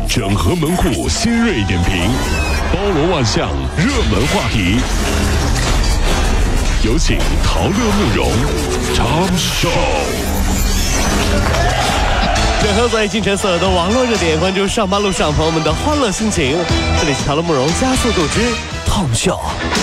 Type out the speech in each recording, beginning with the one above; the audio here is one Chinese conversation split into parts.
整合门户新锐点评，包罗万象，热门话题。有请陶乐慕容长寿。 整合最近城所有的网络热点，关注上班路上朋友们的欢乐心情。这里是陶乐慕容加速度之 Tom Show。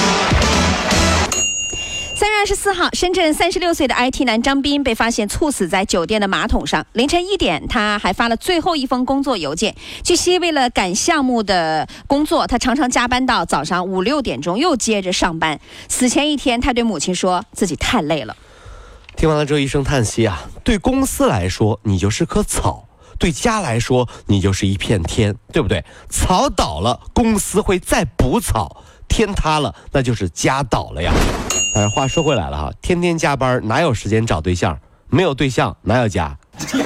3月24号，深圳36岁的 IT 男张斌被发现猝死在酒店的马桶上。凌晨1点，他还发了最后一封工作邮件。据悉，为了赶项目的工作，他常常加班到早上5、6点钟，又接着上班。死前一天，他对母亲说自己太累了。 听完了这一声叹息啊，对公司来说，你就是棵草；对家来说，你就是一片天，对不对？草倒了，公司会再补草；天塌了，那就是家倒了呀。但是话说回来了哈，天天加班哪有时间找对象？没有对象哪有家？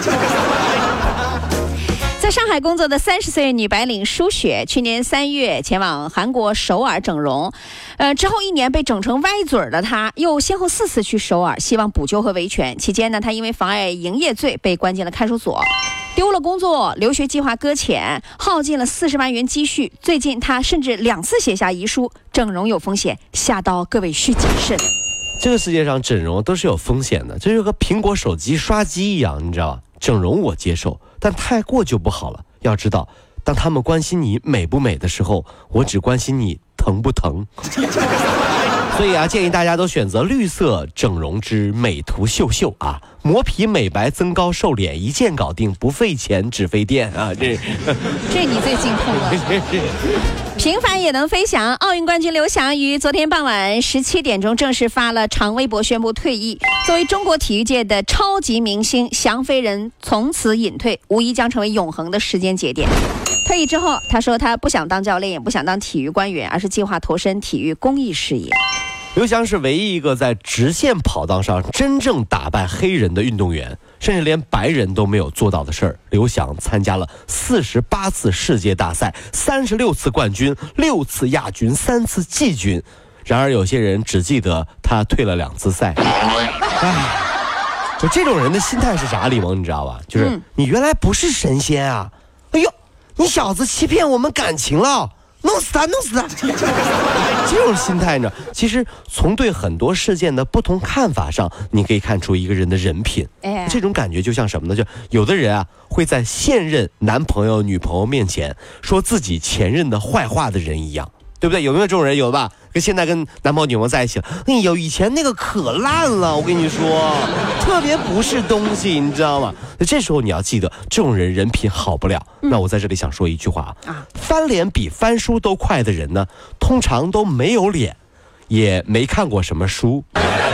在上海工作的30岁女白领舒雪，去年3月前往韩国首尔整容，之后1年被整成歪嘴的她，又先后4次去首尔，希望补救和维权。期间呢，她因为妨碍营业罪被关进了看守所，丢了工作，留学计划搁浅，耗尽了40万元积蓄。最近她甚至2次写下遗书，整容有风险，下刀各位需谨慎。 这个世界上整容都是有风险的，这就和苹果手机刷机一样，你知道吧？整容我接受，但太过就不好了。要知道，当他们关心你美不美的时候，我只关心你疼不疼。所以啊，建议大家都选择绿色整容之美图秀秀啊，磨皮美白增高瘦脸一键搞定，不费钱只费电啊！这你最心痛了。平凡也能飞翔，奥运冠军刘翔于昨天傍晚17点钟正式发了长微博宣布退役。作为中国体育界的超级明星，翔飞人从此隐退，无疑将成为永恒的时间节点。退役之后，他说他不想当教练，也不想当体育官员，而是计划投身体育公益事业。 刘翔是唯一一个在直线跑道上真正打败黑人的运动员，甚至连白人都没有做到的事儿。刘翔参加了48次世界大赛，36次冠军，6次亚军，3次季军。然而有些人只记得他退了2次赛。就这种人的心态是啥，李萌你知道吧？就是你原来不是神仙啊！哎呦，你小子欺骗我们感情了！弄死他，弄死他！这种心态呢，其实从对很多事件的不同看法上，你可以看出一个人的人品。这种感觉就像什么呢？就有的人啊，会在现任男朋友、女朋友面前说自己前任的坏话的人一样，对不对？有没有这种人？有吧？现在跟男朋友、女朋友在一起了，哎呦，以前那个可烂了，我跟你说，特别不是东西，你知道吗？这时候你要记得，这种人人品好不了。那我在这里想说一句话啊，翻脸比翻书都快的人呢，通常都没有脸，也没看过什么书。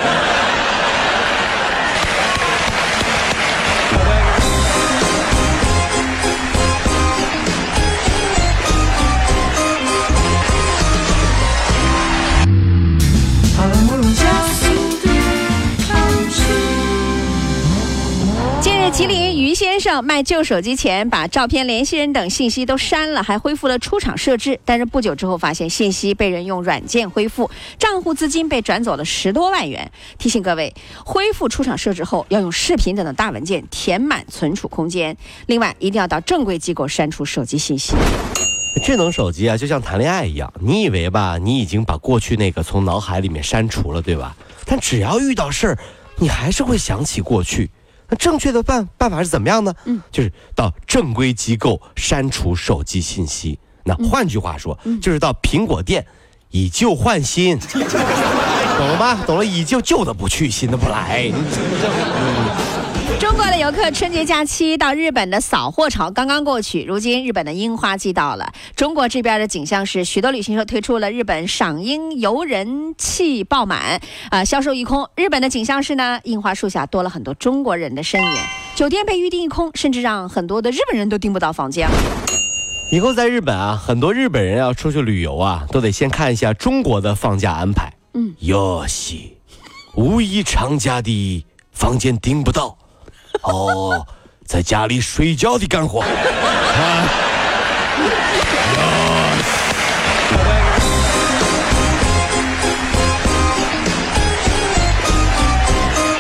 吉林于先生卖旧手机前把照片、联系人等信息都删了，还恢复了出厂设置，但是不久之后发现信息被人用软件恢复，账户资金被转走了10多万元。提醒各位，恢复出厂设置后要用视频等的大文件填满存储空间，另外一定要到正规机构删除手机信息。 智能手机啊，就像谈恋爱一样，你以为吧，你已经把过去那个从脑海里面删除了，对吧？但只要遇到事儿，你还是会想起过去。那正确的办法是怎么样呢？就是到正规机构删除手机信息。那换句话说，就是到苹果店以旧换新，懂了吗？懂了，以旧旧的不去，新的不来。 中国的游客春节假期到日本的扫货潮刚刚过去，如今日本的樱花季到了。中国这边的景象是，许多旅行社推出了日本赏樱游人气爆满，销售一空。日本的景象是呢，樱花树下多了很多中国人的身影，酒店被预订一空，甚至让很多的日本人都订不到房间了。 以后在日本啊，很多日本人要出去旅游啊，都得先看一下中国的放假安排。哟西，五一长假的房间订不到。在家里睡觉的干活。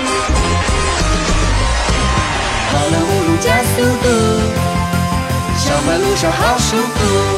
加速度，小上班路上好舒服。